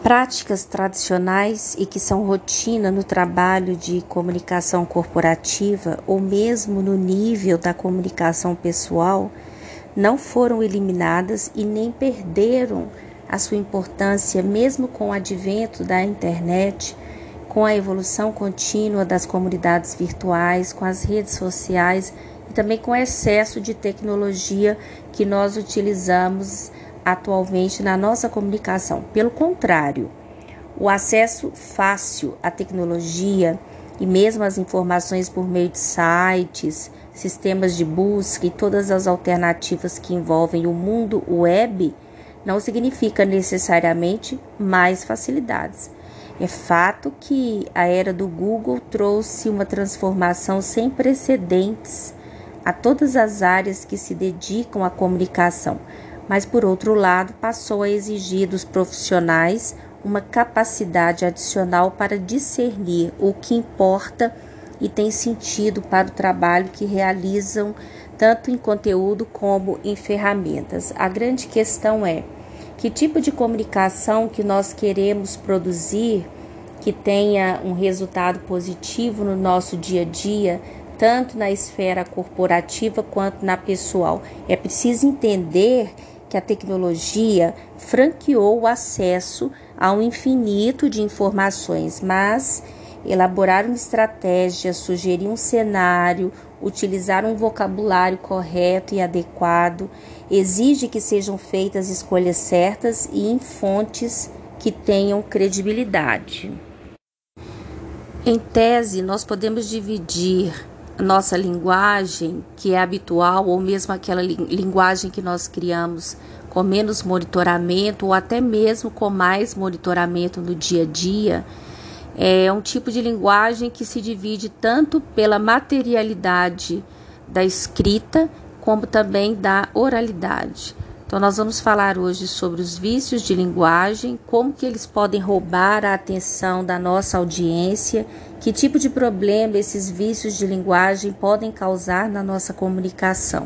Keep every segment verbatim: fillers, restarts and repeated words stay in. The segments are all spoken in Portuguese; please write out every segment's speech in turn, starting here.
Práticas tradicionais e que são rotina no trabalho de comunicação corporativa ou mesmo no nível da comunicação pessoal não foram eliminadas e nem perderam a sua importância mesmo com o advento da internet, com a evolução contínua das comunidades virtuais, com as redes sociais e também com o excesso de tecnologia que nós utilizamos atualmente na nossa comunicação. Pelo contrário, o acesso fácil à tecnologia e mesmo às informações por meio de sites, sistemas de busca e todas as alternativas que envolvem o mundo web não significa necessariamente mais facilidades. É fato que a era do Google trouxe uma transformação sem precedentes a todas as áreas que se dedicam à comunicação, mas, por outro lado, passou a exigir dos profissionais uma capacidade adicional para discernir o que importa e tem sentido para o trabalho que realizam, tanto em conteúdo como em ferramentas. A grande questão é que tipo de comunicação que nós queremos produzir que tenha um resultado positivo no nosso dia a dia, tanto na esfera corporativa quanto na pessoal. É preciso entender que a tecnologia franqueou o acesso a um infinito de informações, mas elaborar uma estratégia, sugerir um cenário, utilizar um vocabulário correto e adequado, exige que sejam feitas escolhas certas e em fontes que tenham credibilidade. Em tese, nós podemos dividir nossa linguagem, que é habitual, ou mesmo aquela li- linguagem que nós criamos com menos monitoramento, ou até mesmo com mais monitoramento no dia a dia, é um tipo de linguagem que se divide tanto pela materialidade da escrita, como também da oralidade. Então, nós vamos falar hoje sobre os vícios de linguagem, como que eles podem roubar a atenção da nossa audiência, que tipo de problema esses vícios de linguagem podem causar na nossa comunicação.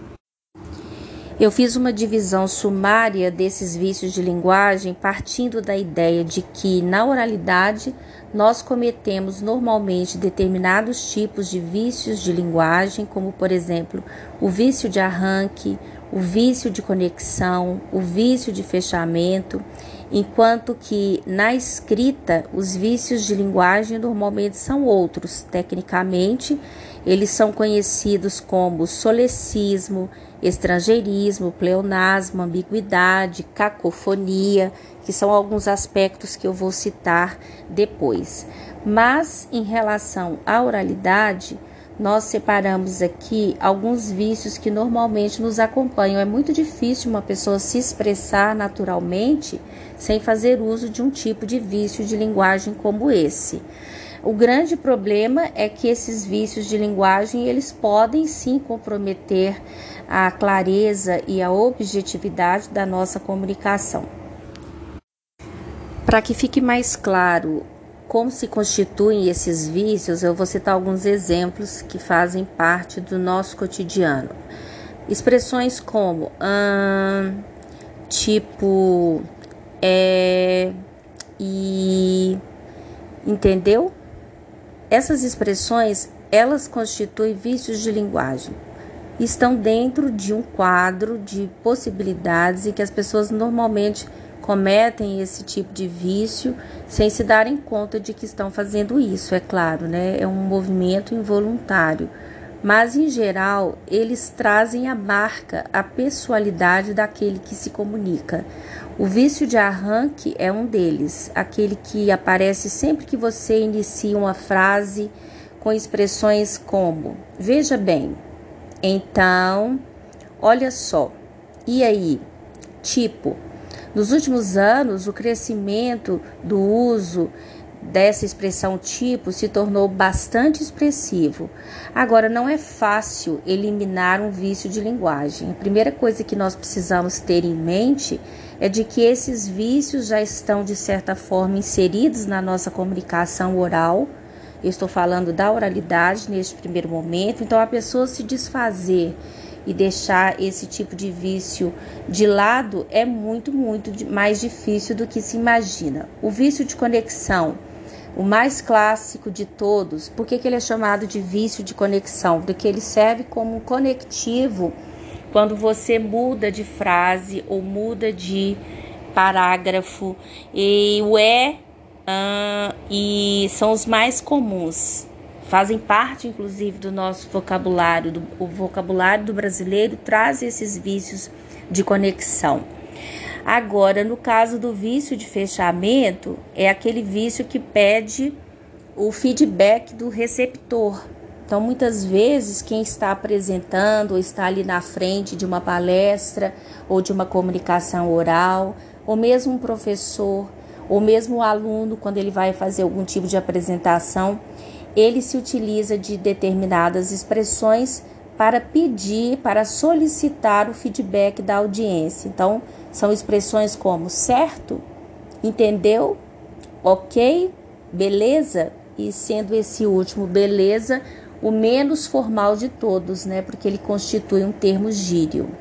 Eu fiz uma divisão sumária desses vícios de linguagem partindo da ideia de que, na oralidade, nós cometemos normalmente determinados tipos de vícios de linguagem, como, por exemplo, o vício de arranque, o vício de conexão, o vício de fechamento, enquanto que na escrita os vícios de linguagem normalmente são outros. Tecnicamente, eles são conhecidos como solecismo, estrangeirismo, pleonasmo, ambiguidade, cacofonia, que são alguns aspectos que eu vou citar depois. Mas em relação à oralidade, nós separamos aqui alguns vícios que normalmente nos acompanham. É muito difícil uma pessoa se expressar naturalmente sem fazer uso de um tipo de vício de linguagem como esse. O grande problema é que esses vícios de linguagem, eles podem sim comprometer a clareza e a objetividade da nossa comunicação. Para que fique mais claro como se constituem esses vícios, eu vou citar alguns exemplos que fazem parte do nosso cotidiano. Expressões como hum, tipo, é, e, entendeu? Essas expressões, elas constituem vícios de linguagem. Estão dentro de um quadro de possibilidades e que as pessoas normalmente cometem esse tipo de vício sem se darem conta de que estão fazendo isso, é claro, né? É um movimento involuntário. Mas, em geral, eles trazem a marca, a pessoalidade daquele que se comunica. O vício de arranque é um deles, aquele que aparece sempre que você inicia uma frase com expressões como: veja bem, então, olha só, e aí? Tipo, nos últimos anos, o crescimento do uso dessa expressão tipo se tornou bastante expressivo. Agora, não é fácil eliminar um vício de linguagem. A primeira coisa que nós precisamos ter em mente é de que esses vícios já estão, de certa forma, inseridos na nossa comunicação oral. Eu estou falando da oralidade neste primeiro momento. Então, a pessoa se desfazer e deixar esse tipo de vício de lado é muito, muito mais difícil do que se imagina. O vício de conexão, o mais clássico de todos, por que que ele é chamado de vício de conexão? Porque ele serve como um conectivo quando você muda de frase ou muda de parágrafo, e o é uh, e são os mais comuns, fazem parte inclusive do nosso vocabulário, do, o vocabulário do brasileiro traz esses vícios de conexão. Agora, no caso do vício de fechamento, é aquele vício que pede o feedback do receptor. Então, muitas vezes, quem está apresentando ou está ali na frente de uma palestra ou de uma comunicação oral, ou mesmo um professor, ou mesmo o aluno, quando ele vai fazer algum tipo de apresentação, ele se utiliza de determinadas expressões para pedir, para solicitar o feedback da audiência. Então, são expressões como certo, entendeu, ok, beleza, e sendo esse último, beleza, o menos formal de todos, né? Porque ele constitui um termo gírio.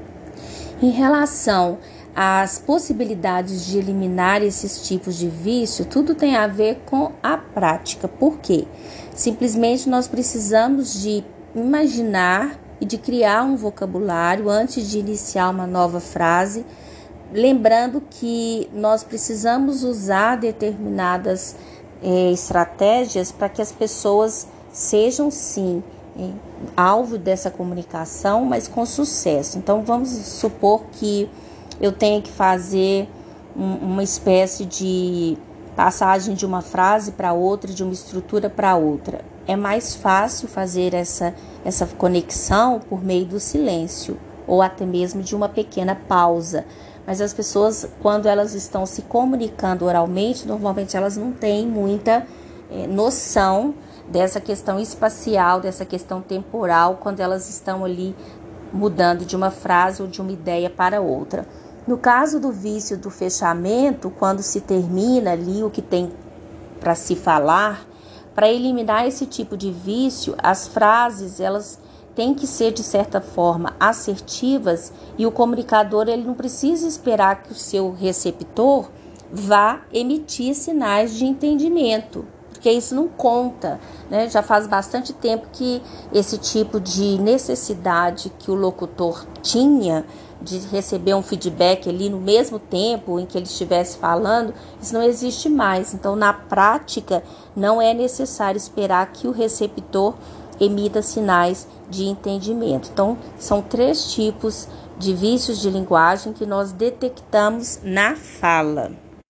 Em relação às possibilidades de eliminar esses tipos de vício, tudo tem a ver com a prática. Por quê? Simplesmente nós precisamos de imaginar e de criar um vocabulário antes de iniciar uma nova frase, lembrando que nós precisamos usar determinadas eh, estratégias para que as pessoas sejam sim eh, alvo dessa comunicação, mas com sucesso. Então vamos supor que eu tenha que fazer um, uma espécie de passagem de uma frase para outra, de uma estrutura para outra. É mais fácil fazer essa, essa conexão por meio do silêncio ou até mesmo de uma pequena pausa. Mas as pessoas, quando elas estão se comunicando oralmente, normalmente elas não têm muita eh, noção dessa questão espacial, dessa questão temporal, quando elas estão ali mudando de uma frase ou de uma ideia para outra. No caso do vício do fechamento, quando se termina ali o que tem para se falar, para eliminar esse tipo de vício, as frases elas têm que ser de certa forma assertivas e o comunicador ele não precisa esperar que o seu receptor vá emitir sinais de entendimento, porque isso não conta, né? Já faz bastante tempo que esse tipo de necessidade que o locutor tinha de receber um feedback ali no mesmo tempo em que ele estivesse falando, isso não existe mais. Então, na prática, não é necessário esperar que o receptor emita sinais de entendimento. Então, são três tipos de vícios de linguagem que nós detectamos na fala.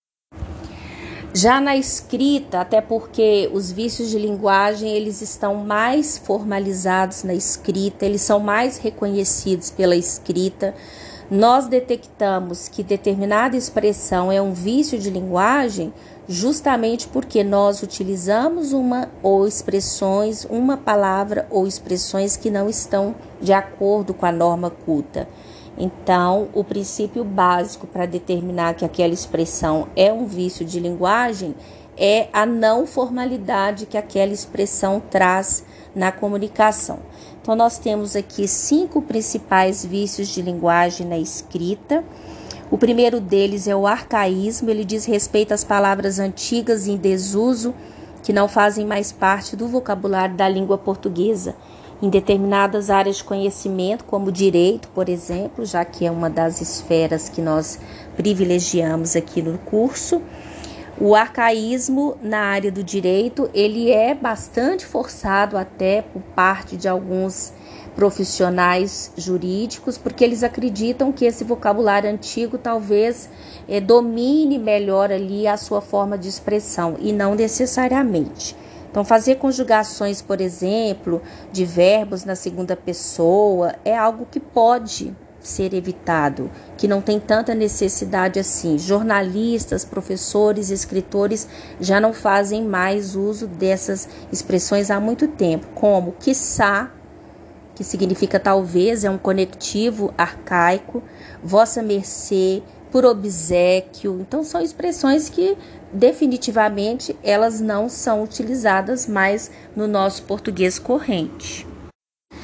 Já na escrita, até porque os vícios de linguagem eles estão mais formalizados na escrita, eles são mais reconhecidos pela escrita, nós detectamos que determinada expressão é um vício de linguagem justamente porque nós utilizamos uma ou expressões, uma palavra ou expressões que não estão de acordo com a norma culta. Então, o princípio básico para determinar que aquela expressão é um vício de linguagem é a não formalidade que aquela expressão traz na comunicação. Então, nós temos aqui cinco principais vícios de linguagem na escrita. O primeiro deles é o arcaísmo, ele diz respeito às palavras antigas e em desuso que não fazem mais parte do vocabulário da língua portuguesa. Em determinadas áreas de conhecimento, como direito, por exemplo, já que é uma das esferas que nós privilegiamos aqui no curso, o arcaísmo na área do direito, ele é bastante forçado até por parte de alguns profissionais jurídicos, porque eles acreditam que esse vocabulário antigo talvez é, domine melhor ali a sua forma de expressão, e não necessariamente. Então, fazer conjugações, por exemplo, de verbos na segunda pessoa é algo que pode ser evitado, que não tem tanta necessidade assim. Jornalistas, professores, escritores já não fazem mais uso dessas expressões há muito tempo, como quiçá, que significa talvez, é um conectivo arcaico, vossa mercê, por obséquio. Então, são expressões que definitivamente elas não são utilizadas mais no nosso português corrente.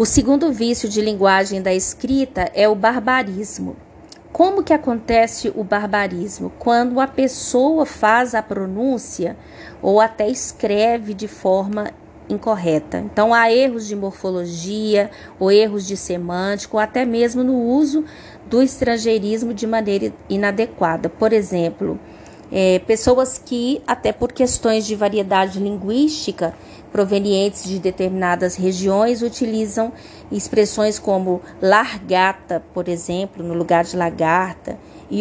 O segundo vício de linguagem da escrita é o barbarismo. Como que acontece o barbarismo? Quando a pessoa faz a pronúncia ou até escreve de forma incorreta. Então, há erros de morfologia, ou erros de semântica, ou até mesmo no uso do estrangeirismo de maneira inadequada. Por exemplo, é, pessoas que, até por questões de variedade linguística, provenientes de determinadas regiões, utilizam expressões como largata, por exemplo, no lugar de lagarta,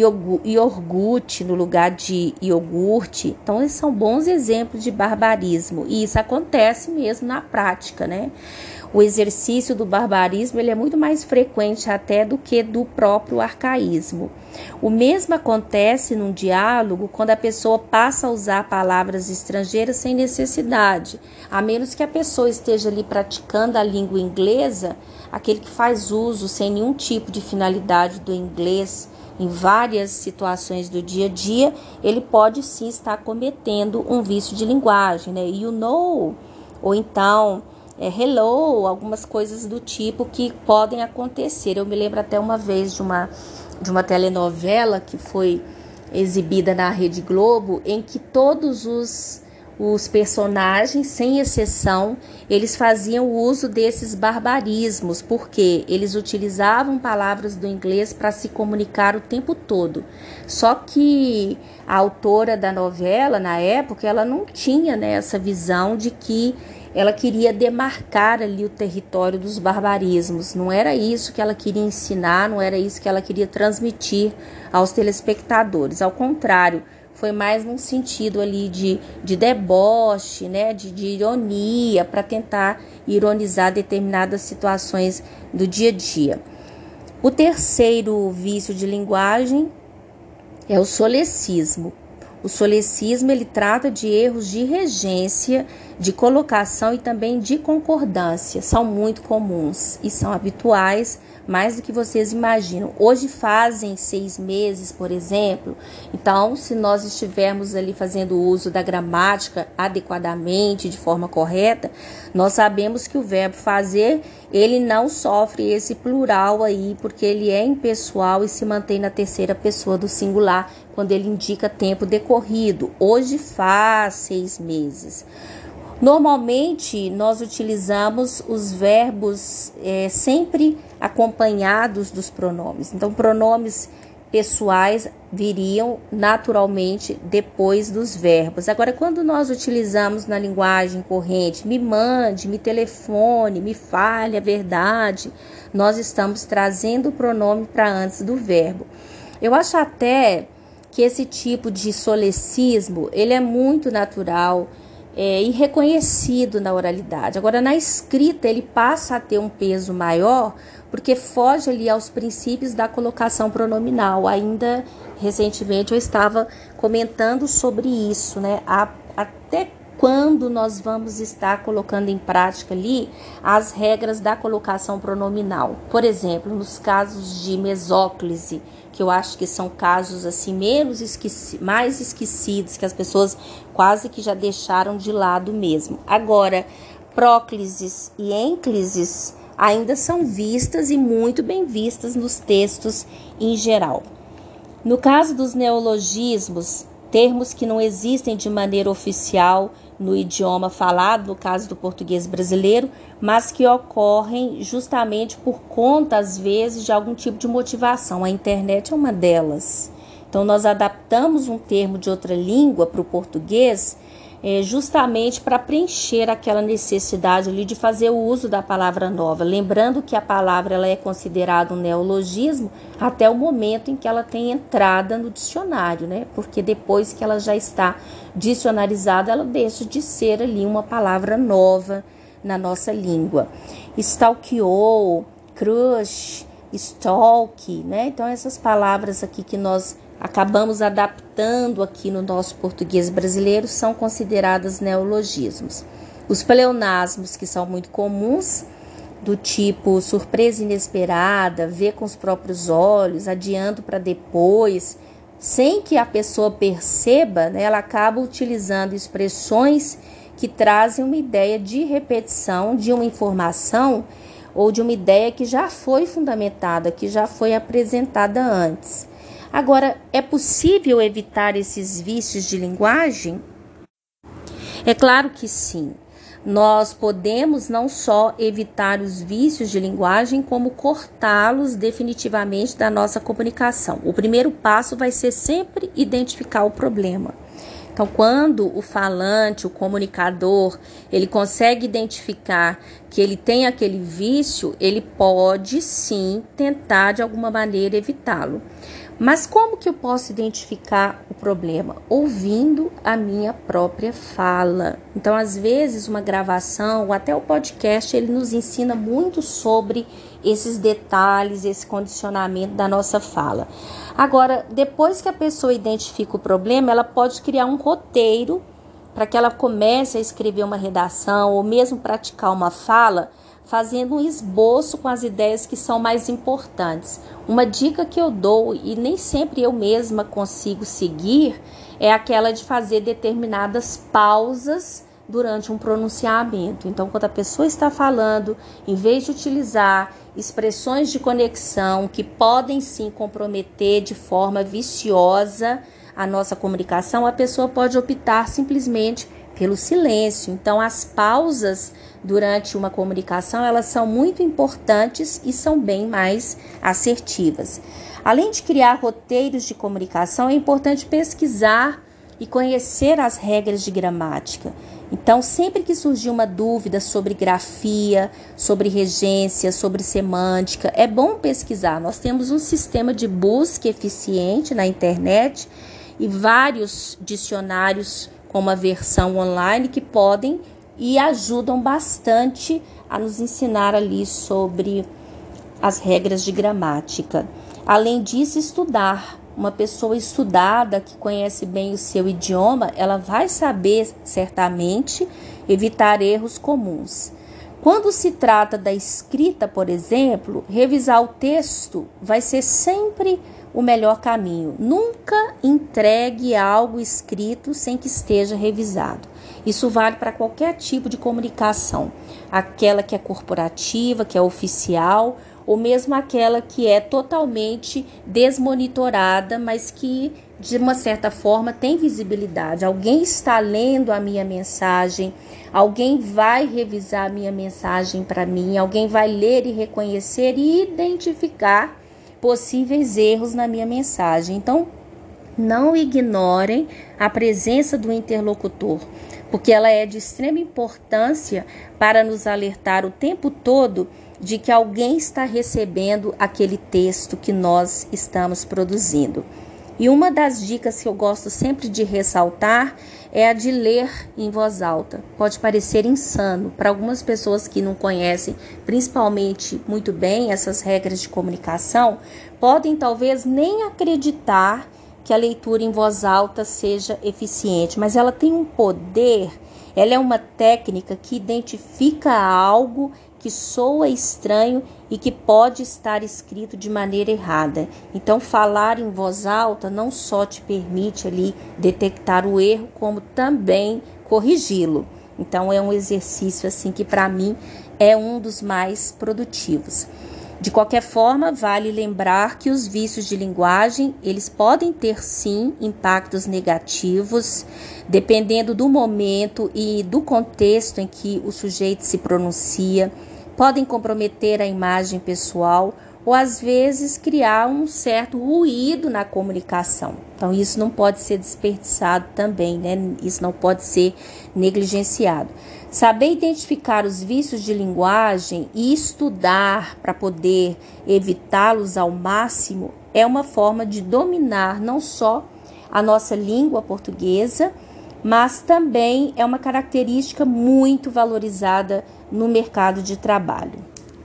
iogurte no lugar de iogurte. Então, esses são bons exemplos de barbarismo, e isso acontece mesmo na prática, né? O exercício do barbarismo ele é muito mais frequente até do que do próprio arcaísmo. O mesmo acontece num diálogo quando a pessoa passa a usar palavras estrangeiras sem necessidade, a menos que a pessoa esteja ali praticando a língua inglesa, aquele que faz uso sem nenhum tipo de finalidade do inglês em várias situações do dia a dia, ele pode sim estar cometendo um vício de linguagem, né? You know, ou então é, hello, algumas coisas do tipo que podem acontecer. Eu me lembro até uma vez de uma, de uma telenovela que foi exibida na Rede Globo, em que todos os Os personagens, sem exceção, eles faziam uso desses barbarismos, porque eles utilizavam palavras do inglês para se comunicar o tempo todo. Só que a autora da novela, na época, ela não tinha, né, essa visão de que ela queria demarcar ali o território dos barbarismos. Não era isso que ela queria ensinar, não era isso que ela queria transmitir aos telespectadores. Ao contrário, foi mais num sentido ali de, de deboche, né, de, de ironia, para tentar ironizar determinadas situações do dia a dia. O terceiro vício de linguagem é o solecismo. O solecismo ele trata de erros de regência, de colocação e também de concordância. São muito comuns e são habituais, mais do que vocês imaginam. Hoje fazem seis meses, por exemplo. Então, se nós estivermos ali fazendo uso da gramática adequadamente, de forma correta, nós sabemos que o verbo fazer, ele não sofre esse plural aí, porque ele é impessoal e se mantém na terceira pessoa do singular, quando ele indica tempo decorrido. Hoje faz seis meses. Normalmente, nós utilizamos os verbos é, sempre acompanhados dos pronomes. Então, pronomes pessoais viriam naturalmente depois dos verbos. Agora, quando nós utilizamos na linguagem corrente, me mande, me telefone, me fale a verdade, nós estamos trazendo o pronome para antes do verbo. Eu acho até que esse tipo de solecismo, ele é muito natural, É, e reconhecido na oralidade. Agora, na escrita, ele passa a ter um peso maior, porque foge ali aos princípios da colocação pronominal. Ainda recentemente eu estava comentando sobre isso, né? A, até quando nós vamos estar colocando em prática ali as regras da colocação pronominal. Por exemplo, nos casos de mesóclise, que eu acho que são casos assim menos esqueci, mais esquecidos, que as pessoas quase que já deixaram de lado mesmo. Agora, próclises e ênclises ainda são vistas e muito bem vistas nos textos em geral. No caso dos neologismos, termos que não existem de maneira oficial no idioma falado, no caso do português brasileiro, mas que ocorrem justamente por conta, às vezes, de algum tipo de motivação. A internet é uma delas. Então, nós adaptamos um termo de outra língua para o português é, justamente para preencher aquela necessidade ali de fazer o uso da palavra nova. Lembrando que a palavra ela é considerada um neologismo até o momento em que ela tem entrada no dicionário, né? Porque depois que ela já está dicionarizada, ela deixa de ser ali uma palavra nova na nossa língua. Stalkeou, crush, stalk, né? Então, essas palavras aqui que nós acabamos adaptando aqui no nosso português brasileiro são consideradas neologismos. Os pleonasmos, que são muito comuns, do tipo surpresa inesperada, ver com os próprios olhos, adiando para depois, sem que a pessoa perceba, né, ela acaba utilizando expressões que trazem uma ideia de repetição de uma informação ou de uma ideia que já foi fundamentada, que já foi apresentada antes. Agora, é possível evitar esses vícios de linguagem? É claro que sim. Nós podemos não só evitar os vícios de linguagem, como cortá-los definitivamente da nossa comunicação. O primeiro passo vai ser sempre identificar o problema. Então, quando o falante, o comunicador, ele consegue identificar que ele tem aquele vício, ele pode sim tentar de alguma maneira evitá-lo. Mas como que eu posso identificar o problema? Ouvindo a minha própria fala. Então, às vezes, uma gravação ou até o podcast, ele nos ensina muito sobre esses detalhes, esse condicionamento da nossa fala. Agora, depois que a pessoa identifica o problema, ela pode criar um roteiro para que ela comece a escrever uma redação ou mesmo praticar uma fala, fazendo um esboço com as ideias que são mais importantes. Uma dica que eu dou, e nem sempre eu mesma consigo seguir, é aquela de fazer determinadas pausas durante um pronunciamento. Então, quando a pessoa está falando, em vez de utilizar expressões de conexão que podem sim comprometer de forma viciosa a nossa comunicação, a pessoa pode optar simplesmente pelo silêncio. Então, as pausas durante uma comunicação, elas são muito importantes e são bem mais assertivas. Além de criar roteiros de comunicação, é importante pesquisar e conhecer as regras de gramática. Então, sempre que surgir uma dúvida sobre grafia, sobre regência, sobre semântica, é bom pesquisar. Nós temos um sistema de busca eficiente na internet e vários dicionários com uma versão online que podem e ajudam bastante a nos ensinar ali sobre as regras de gramática. Além disso, estudar. Uma pessoa estudada, que conhece bem o seu idioma, ela vai saber, certamente, evitar erros comuns. Quando se trata da escrita, por exemplo, revisar o texto vai ser sempre o melhor caminho. Nunca entregue algo escrito sem que esteja revisado. Isso vale para qualquer tipo de comunicação, aquela que é corporativa, que é oficial, ou mesmo aquela que é totalmente desmonitorada, mas que, de uma certa forma, tem visibilidade. Alguém está lendo a minha mensagem, alguém vai revisar a minha mensagem para mim, alguém vai ler e reconhecer e identificar possíveis erros na minha mensagem. Então, não ignorem a presença do interlocutor, porque ela é de extrema importância para nos alertar o tempo todo de que alguém está recebendo aquele texto que nós estamos produzindo. E uma das dicas que eu gosto sempre de ressaltar é a de ler em voz alta. Pode parecer insano para algumas pessoas que não conhecem, principalmente muito bem, essas regras de comunicação, podem talvez nem acreditar que a leitura em voz alta seja eficiente, mas ela tem um poder, ela é uma técnica que identifica algo que soa estranho e que pode estar escrito de maneira errada. Então, falar em voz alta não só te permite ali detectar o erro, como também corrigi-lo. Então, é um exercício assim que para mim é um dos mais produtivos. De qualquer forma, vale lembrar que os vícios de linguagem, eles podem ter sim impactos negativos, dependendo do momento e do contexto em que o sujeito se pronuncia, podem comprometer a imagem pessoal ou às vezes criar um certo ruído na comunicação. Então isso não pode ser desperdiçado também, né? Isso não pode ser negligenciado. Saber identificar os vícios de linguagem e estudar para poder evitá-los ao máximo é uma forma de dominar não só a nossa língua portuguesa, mas também é uma característica muito valorizada no mercado de trabalho.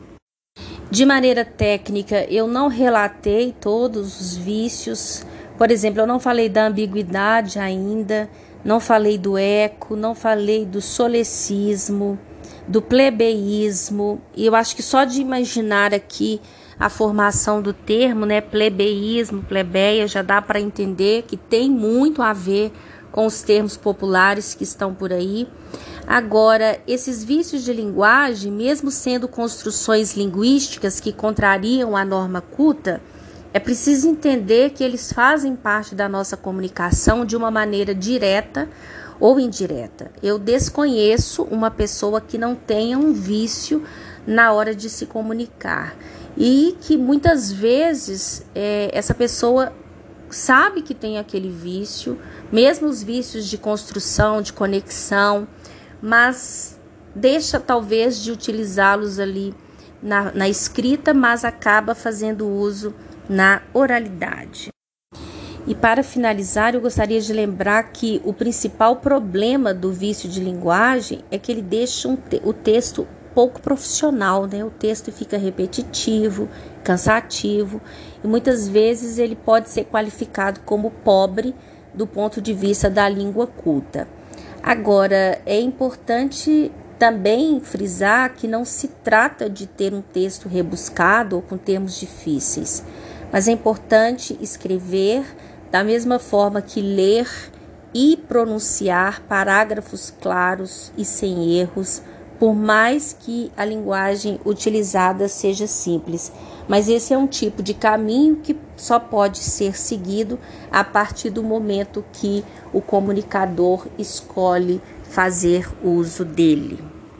De maneira técnica, eu não relatei todos os vícios. Por exemplo, eu não falei da ambiguidade ainda, não falei do eco, não falei do solecismo, do plebeísmo. E eu acho que só de imaginar aqui a formação do termo, né, plebeísmo, plebeia, já dá para entender que tem muito a ver com os termos populares que estão por aí. Agora, esses vícios de linguagem, mesmo sendo construções linguísticas que contrariam a norma culta, é preciso entender que eles fazem parte da nossa comunicação de uma maneira direta ou indireta. Eu desconheço uma pessoa que não tenha um vício na hora de se comunicar e que muitas vezes é, essa pessoa sabe que tem aquele vício, mesmo os vícios de construção, de conexão, mas deixa talvez de utilizá-los ali na, na escrita, mas acaba fazendo uso na oralidade. E para finalizar, eu gostaria de lembrar que o principal problema do vício de linguagem é que ele deixa um te- o texto pouco profissional, né? O texto fica repetitivo, cansativo e muitas vezes ele pode ser qualificado como pobre do ponto de vista da língua culta. Agora, é importante também frisar que não se trata de ter um texto rebuscado ou com termos difíceis, mas é importante escrever da mesma forma que ler e pronunciar parágrafos claros e sem erros, por mais que a linguagem utilizada seja simples. Mas esse é um tipo de caminho que só pode ser seguido a partir do momento que o comunicador escolhe fazer uso dele.